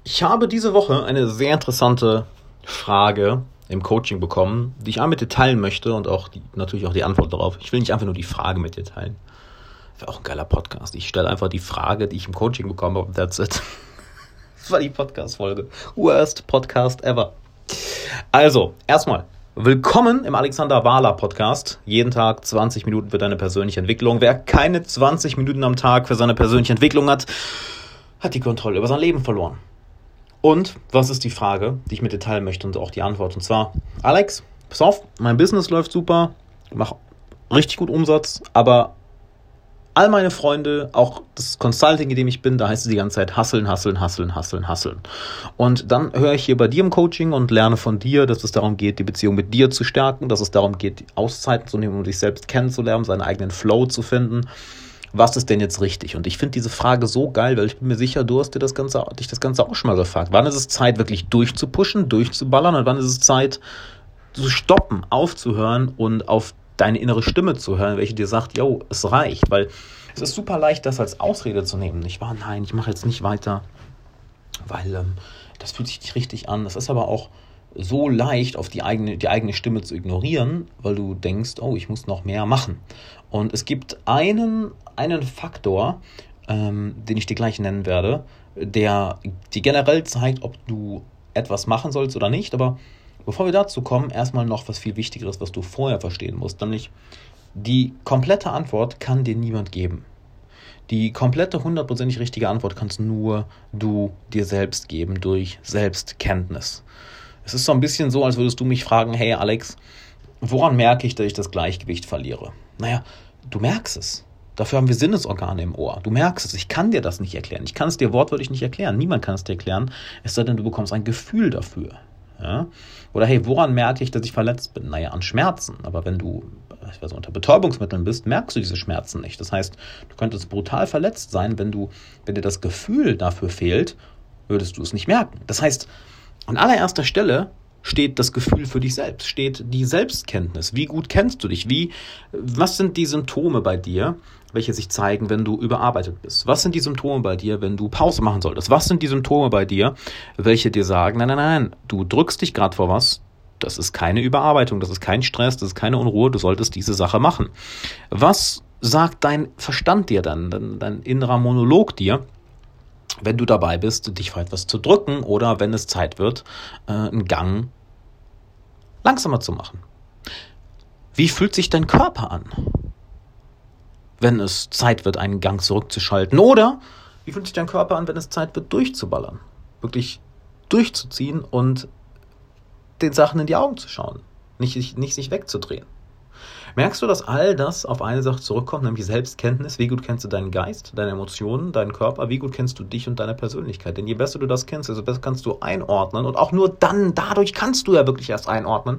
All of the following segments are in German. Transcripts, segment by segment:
Ich habe diese Woche eine sehr interessante Frage im Coaching bekommen, die ich einmal mit dir teilen möchte und natürlich auch die Antwort darauf. Ich will nicht einfach nur die Frage mit dir teilen. Wäre auch ein geiler Podcast. Ich stelle einfach die Frage, die ich im Coaching bekommen habe, that's it. Das war die Podcast-Folge. Worst Podcast ever. Also, erstmal, willkommen im Alexander Wahler Podcast. Jeden Tag 20 Minuten für deine persönliche Entwicklung. Wer keine 20 Minuten am Tag für seine persönliche Entwicklung hat die Kontrolle über sein Leben verloren. Und was ist die Frage, die ich mit dir teilen möchte und auch die Antwort? Und zwar, Alex, pass auf, mein Business läuft super, ich mache richtig gut Umsatz, aber all meine Freunde, auch das Consulting, in dem ich bin, da heißt es die ganze Zeit hustlen. Und dann höre ich hier bei dir im Coaching und lerne von dir, dass es darum geht, die Beziehung mit dir zu stärken, dass es darum geht, die Auszeiten zu nehmen, um dich selbst kennenzulernen, seinen eigenen Flow zu finden. Was ist denn jetzt richtig? Und ich finde diese Frage so geil, weil ich bin mir sicher, du hast dich das Ganze auch schon mal gefragt. Wann ist es Zeit, wirklich durchzupushen, durchzuballern und wann ist es Zeit, zu stoppen, aufzuhören und auf deine innere Stimme zu hören, welche dir sagt, yo, es reicht. Weil es ist super leicht, das als Ausrede zu nehmen. Nicht wahr? Nein, ich mache jetzt nicht weiter, weil das fühlt sich nicht richtig an. Das ist aber auch so leicht, auf die eigene Stimme zu ignorieren, weil du denkst, oh, ich muss noch mehr machen. Und es gibt einen Faktor, den ich dir gleich nennen werde, der dir generell zeigt, ob du etwas machen sollst oder nicht. Aber bevor wir dazu kommen, erstmal noch was viel Wichtigeres, was du vorher verstehen musst. Nämlich, die komplette Antwort kann dir niemand geben. Die komplette 100% richtige Antwort kannst nur du dir selbst geben durch Selbstkenntnis. Es ist so ein bisschen so, als würdest du mich fragen, hey Alex, woran merke ich, dass ich das Gleichgewicht verliere? Naja, du merkst es. Dafür haben wir Sinnesorgane im Ohr. Du merkst es. Ich kann dir das nicht erklären. Ich kann es dir wortwörtlich nicht erklären. Niemand kann es dir erklären, es sei denn, du bekommst ein Gefühl dafür. Ja? Oder hey, woran merke ich, dass ich verletzt bin? Naja, an Schmerzen. Aber wenn du unter Betäubungsmitteln bist, merkst du diese Schmerzen nicht. Das heißt, du könntest brutal verletzt sein, wenn dir das Gefühl dafür fehlt, würdest du es nicht merken. Das heißt, an allererster Stelle steht das Gefühl für dich selbst, steht die Selbstkenntnis. Wie gut kennst du dich? Was sind die Symptome bei dir, welche sich zeigen, wenn du überarbeitet bist? Was sind die Symptome bei dir, wenn du Pause machen solltest? Was sind die Symptome bei dir, welche dir sagen, nein, du drückst dich gerade vor was, das ist keine Überarbeitung, das ist kein Stress, das ist keine Unruhe, du solltest diese Sache machen. Was sagt dein Verstand dir dann, dein innerer Monolog dir, wenn du dabei bist, dich vor etwas zu drücken oder wenn es Zeit wird, einen Gang langsamer zu machen? Wie fühlt sich dein Körper an, wenn es Zeit wird, einen Gang zurückzuschalten? Oder wie fühlt sich dein Körper an, wenn es Zeit wird, durchzuballern? Wirklich durchzuziehen und den Sachen in die Augen zu schauen, nicht sich wegzudrehen. Merkst du, dass all das auf eine Sache zurückkommt, nämlich Selbstkenntnis? Wie gut kennst du deinen Geist, deine Emotionen, deinen Körper? Wie gut kennst du dich und deine Persönlichkeit? Denn je besser du das kennst, desto besser kannst du einordnen. Und auch nur dadurch kannst du ja wirklich erst einordnen,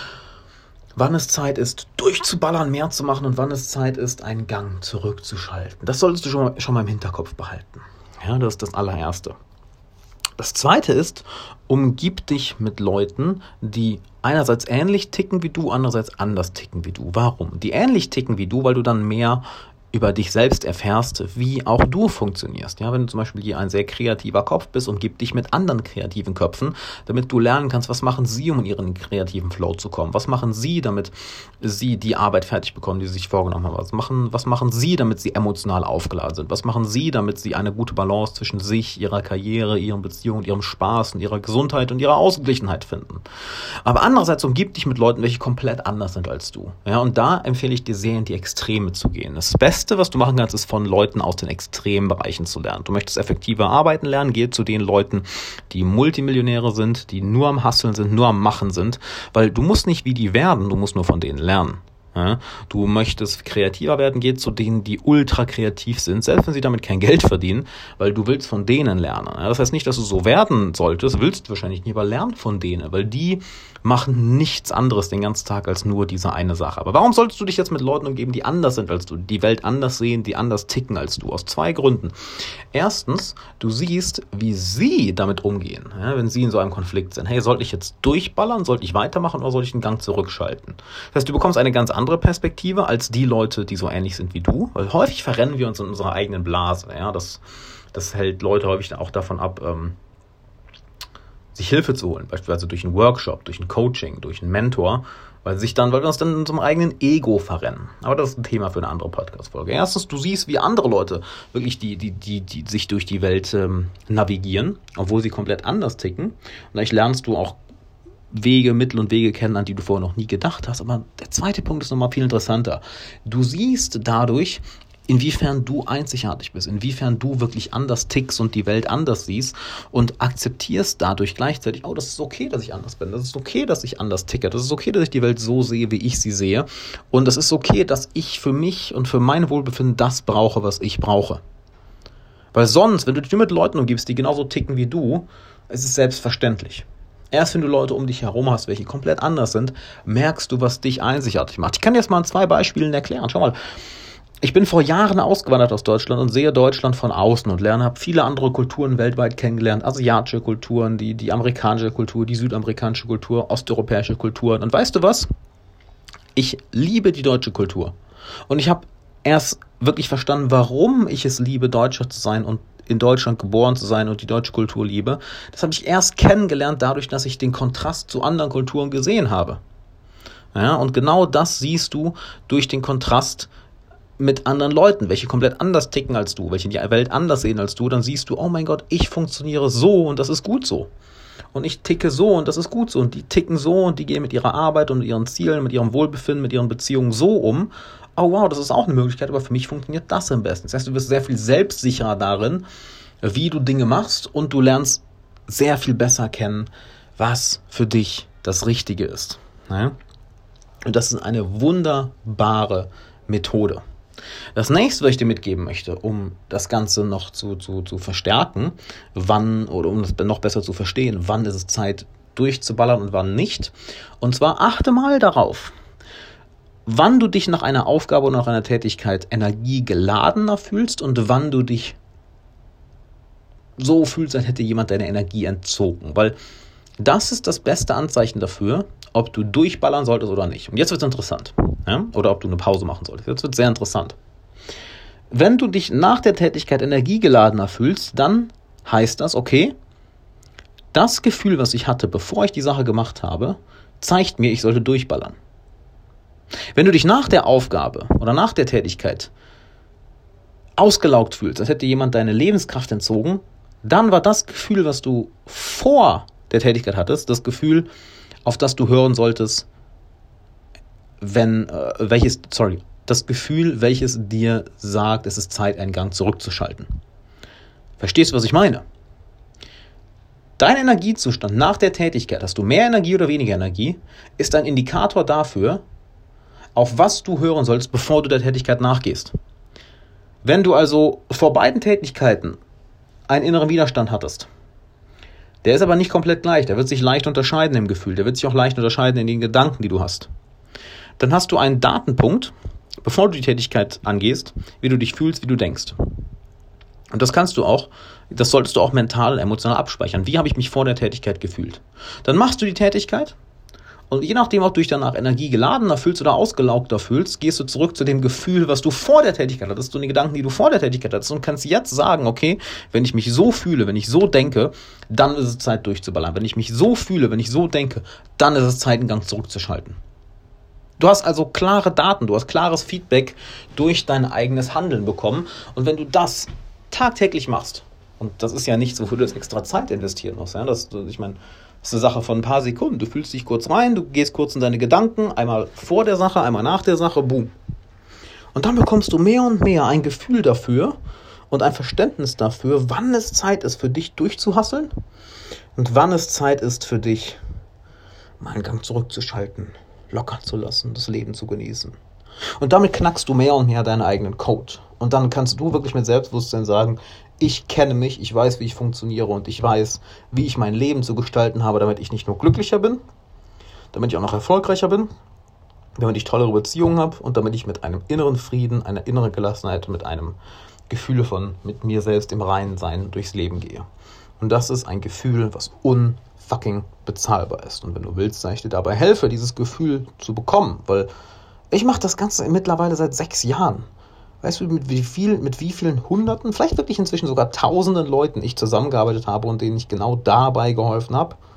wann es Zeit ist, durchzuballern, mehr zu machen und wann es Zeit ist, einen Gang zurückzuschalten. Das solltest du schon mal im Hinterkopf behalten. Ja, das ist das Allererste. Das Zweite ist, umgib dich mit Leuten, die einerseits ähnlich ticken wie du, andererseits anders ticken wie du. Warum? Die ähnlich ticken wie du, weil du dann mehr über dich selbst erfährst, wie auch du funktionierst. Ja, wenn du zum Beispiel hier ein sehr kreativer Kopf bist, umgib dich mit anderen kreativen Köpfen, damit du lernen kannst, was machen sie, um in ihren kreativen Flow zu kommen? Was machen sie, damit sie die Arbeit fertig bekommen, die sie sich vorgenommen haben? Was machen sie, damit sie emotional aufgeladen sind? Was machen sie, damit sie eine gute Balance zwischen sich, ihrer Karriere, ihren Beziehungen, ihrem Spaß und ihrer Gesundheit und ihrer Ausgeglichenheit finden? Aber andererseits umgib dich mit Leuten, welche komplett anders sind als du. Ja, und da empfehle ich dir sehr, in die Extreme zu gehen. Das Beste, was du machen kannst, ist von Leuten aus den extremen Bereichen zu lernen. Du möchtest effektiver arbeiten lernen, geh zu den Leuten, die Multimillionäre sind, die nur am Hustlen sind, nur am Machen sind, weil du musst nicht wie die werden, du musst nur von denen lernen. Ja, du möchtest kreativer werden, geh zu denen, die ultra kreativ sind, selbst wenn sie damit kein Geld verdienen, weil du willst von denen lernen. Ja, das heißt nicht, dass du so werden solltest, willst du wahrscheinlich nicht, aber lern von denen, weil die machen nichts anderes den ganzen Tag als nur diese eine Sache. Aber warum solltest du dich jetzt mit Leuten umgeben, die anders sind als du, die Welt anders sehen, die anders ticken als du? Aus 2 Gründen. Erstens, du siehst, wie sie damit umgehen, ja, wenn sie in so einem Konflikt sind. Hey, sollte ich jetzt durchballern, sollte ich weitermachen oder sollte ich den Gang zurückschalten? Das heißt, du bekommst eine ganz andere Perspektive als die Leute, die so ähnlich sind wie du, weil häufig verrennen wir uns in unserer eigenen Blase. Ja, das hält Leute häufig auch davon ab, sich Hilfe zu holen, beispielsweise durch einen Workshop, durch ein Coaching, durch einen Mentor, weil wir uns dann in unserem eigenen Ego verrennen. Aber das ist ein Thema für eine andere Podcast-Folge. Erstens, du siehst, wie andere Leute wirklich die sich durch die Welt navigieren, obwohl sie komplett anders ticken. Und dadurch lernst du auch Mittel und Wege kennen, an die du vorher noch nie gedacht hast. Aber der zweite Punkt ist nochmal viel interessanter. Du siehst dadurch, inwiefern du einzigartig bist, inwiefern du wirklich anders tickst und die Welt anders siehst und akzeptierst dadurch gleichzeitig, das ist okay, dass ich anders bin, das ist okay, dass ich anders ticke, das ist okay, dass ich die Welt so sehe, wie ich sie sehe und es ist okay, dass ich für mich und für mein Wohlbefinden das brauche, was ich brauche. Weil sonst, wenn du dich nur mit Leuten umgibst, die genauso ticken wie du, ist es selbstverständlich. Erst wenn du Leute um dich herum hast, welche komplett anders sind, merkst du, was dich einzigartig macht. Ich kann dir das mal an 2 Beispielen erklären. Schau mal. Ich bin vor Jahren ausgewandert aus Deutschland und sehe Deutschland von außen und habe viele andere Kulturen weltweit kennengelernt. Asiatische Kulturen, die amerikanische Kultur, die südamerikanische Kultur, osteuropäische Kulturen. Und weißt du was? Ich liebe die deutsche Kultur. Und ich habe erst wirklich verstanden, warum ich es liebe, Deutscher zu sein und in Deutschland geboren zu sein und die deutsche Kultur liebe. Das habe ich erst kennengelernt dadurch, dass ich den Kontrast zu anderen Kulturen gesehen habe. Ja, und genau das siehst du durch den Kontrast mit anderen Leuten, welche komplett anders ticken als du, welche die Welt anders sehen als du, dann siehst du, oh mein Gott, ich funktioniere so und das ist gut so. Und ich ticke so und das ist gut so. Und die ticken so und die gehen mit ihrer Arbeit und mit ihren Zielen, mit ihrem Wohlbefinden, mit ihren Beziehungen so um. Oh wow, das ist auch eine Möglichkeit, aber für mich funktioniert das am besten. Das heißt, du wirst sehr viel selbstsicherer darin, wie du Dinge machst und du lernst sehr viel besser kennen, was für dich das Richtige ist. Ja? Und das ist eine wunderbare Methode. Das nächste, was ich dir mitgeben möchte, um das Ganze noch zu verstärken, um es noch besser zu verstehen, wann ist es Zeit durchzuballern und wann nicht. Und zwar achte mal darauf, wann du dich nach einer Aufgabe oder nach einer Tätigkeit energiegeladener fühlst und wann du dich so fühlst, als hätte jemand deine Energie entzogen. Weil das ist das beste Anzeichen dafür, ob du durchballern solltest oder nicht. Und jetzt wird es interessant. Ja? Oder ob du eine Pause machen solltest. Jetzt wird es sehr interessant. Wenn du dich nach der Tätigkeit energiegeladener fühlst, dann heißt das, okay, das Gefühl, was ich hatte, bevor ich die Sache gemacht habe, zeigt mir, ich sollte durchballern. Wenn du dich nach der Aufgabe oder nach der Tätigkeit ausgelaugt fühlst, als hätte jemand deine Lebenskraft entzogen, dann war das Gefühl, was du vor der Tätigkeit hattest, das Gefühl, auf das du hören solltest, das Gefühl, welches dir sagt, es ist Zeit, einen Gang zurückzuschalten. Verstehst du, was ich meine? Dein Energiezustand nach der Tätigkeit, hast du mehr Energie oder weniger Energie, ist ein Indikator dafür, auf was du hören sollst, bevor du der Tätigkeit nachgehst. Wenn du also vor beiden Tätigkeiten einen inneren Widerstand hattest, der ist aber nicht komplett gleich, der wird sich leicht unterscheiden im Gefühl, der wird sich auch leicht unterscheiden in den Gedanken, die du hast. Dann hast du einen Datenpunkt, bevor du die Tätigkeit angehst, wie du dich fühlst, wie du denkst. Und das solltest du auch mental und emotional abspeichern. Wie habe ich mich vor der Tätigkeit gefühlt? Dann machst du die Tätigkeit und je nachdem, ob du dich danach energiegeladener fühlst oder ausgelaugter fühlst, gehst du zurück zu dem Gefühl, was du vor der Tätigkeit hattest, zu den Gedanken, die du vor der Tätigkeit hattest und kannst jetzt sagen, okay, wenn ich mich so fühle, wenn ich so denke, dann ist es Zeit durchzuballern. Wenn ich mich so fühle, wenn ich so denke, dann ist es Zeit, einen Gang zurückzuschalten. Du hast also klare Daten, du hast klares Feedback durch dein eigenes Handeln bekommen und wenn du das tagtäglich machst, und das ist ja nichts, wofür du jetzt extra Zeit investieren musst, ja, das ist eine Sache von ein paar Sekunden, du fühlst dich kurz rein, du gehst kurz in deine Gedanken, einmal vor der Sache, einmal nach der Sache, boom. Und dann bekommst du mehr und mehr ein Gefühl dafür und ein Verständnis dafür, wann es Zeit ist, für dich durchzuhasseln und wann es Zeit ist, für dich mal einen Gang zurückzuschalten, locker zu lassen, das Leben zu genießen. Und damit knackst du mehr und mehr deinen eigenen Code. Und dann kannst du wirklich mit Selbstbewusstsein sagen, ich kenne mich, ich weiß, wie ich funktioniere und ich weiß, wie ich mein Leben zu gestalten habe, damit ich nicht nur glücklicher bin, damit ich auch noch erfolgreicher bin, damit ich tollere Beziehungen habe und damit ich mit einem inneren Frieden, einer inneren Gelassenheit, mit einem Gefühl von mit mir selbst im Reinen sein durchs Leben gehe. Und das ist ein Gefühl, was unfucking bezahlbar ist. Und wenn du willst, dass ich dir dabei helfe, dieses Gefühl zu bekommen, weil ich mache das Ganze mittlerweile seit 6 Jahren. Weißt du, mit wie vielen Hunderten, vielleicht wirklich inzwischen sogar Tausenden Leuten ich zusammengearbeitet habe und denen ich genau dabei geholfen habe,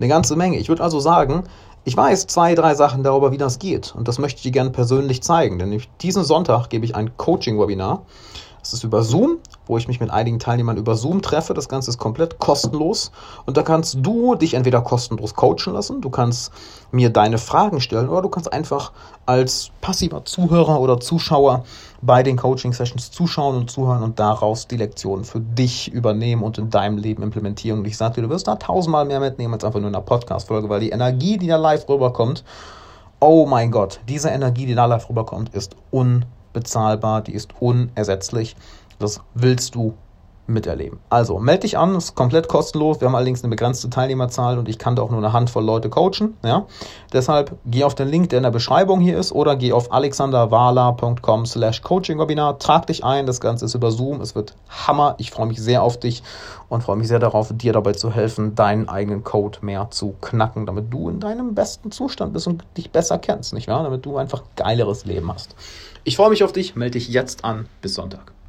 Eine ganze Menge. Ich würde also sagen, ich weiß 2, 3 Sachen darüber, wie das geht. Und das möchte ich dir gerne persönlich zeigen. Denn diesen Sonntag gebe ich ein Coaching-Webinar. Das ist über Zoom, wo ich mich mit einigen Teilnehmern über Zoom treffe. Das Ganze ist komplett kostenlos. Und da kannst du dich entweder kostenlos coachen lassen, du kannst mir deine Fragen stellen oder du kannst einfach als passiver Zuhörer oder Zuschauer bei den Coaching-Sessions zuschauen und zuhören und daraus die Lektionen für dich übernehmen und in deinem Leben implementieren. Und ich sage dir, du wirst da 1000-mal mehr mitnehmen als einfach nur in einer Podcast-Folge, weil die Energie, die da live rüberkommt, oh mein Gott, diese Energie, die da live rüberkommt, ist unbezahlbar, die ist unersetzlich. Das willst du miterleben. Also, melde dich an, ist komplett kostenlos. Wir haben allerdings eine begrenzte Teilnehmerzahl und ich kann da auch nur eine Handvoll Leute coachen. Ja? Deshalb geh auf den Link, der in der Beschreibung hier ist, oder geh auf alexanderwala.com/Coaching-Webinar, trag dich ein, das Ganze ist über Zoom, es wird Hammer. Ich freue mich sehr auf dich und freue mich sehr darauf, dir dabei zu helfen, deinen eigenen Code mehr zu knacken, damit du in deinem besten Zustand bist und dich besser kennst, nicht wahr? Damit du einfach ein geileres Leben hast. Ich freue mich auf dich, melde dich jetzt an. Bis Sonntag.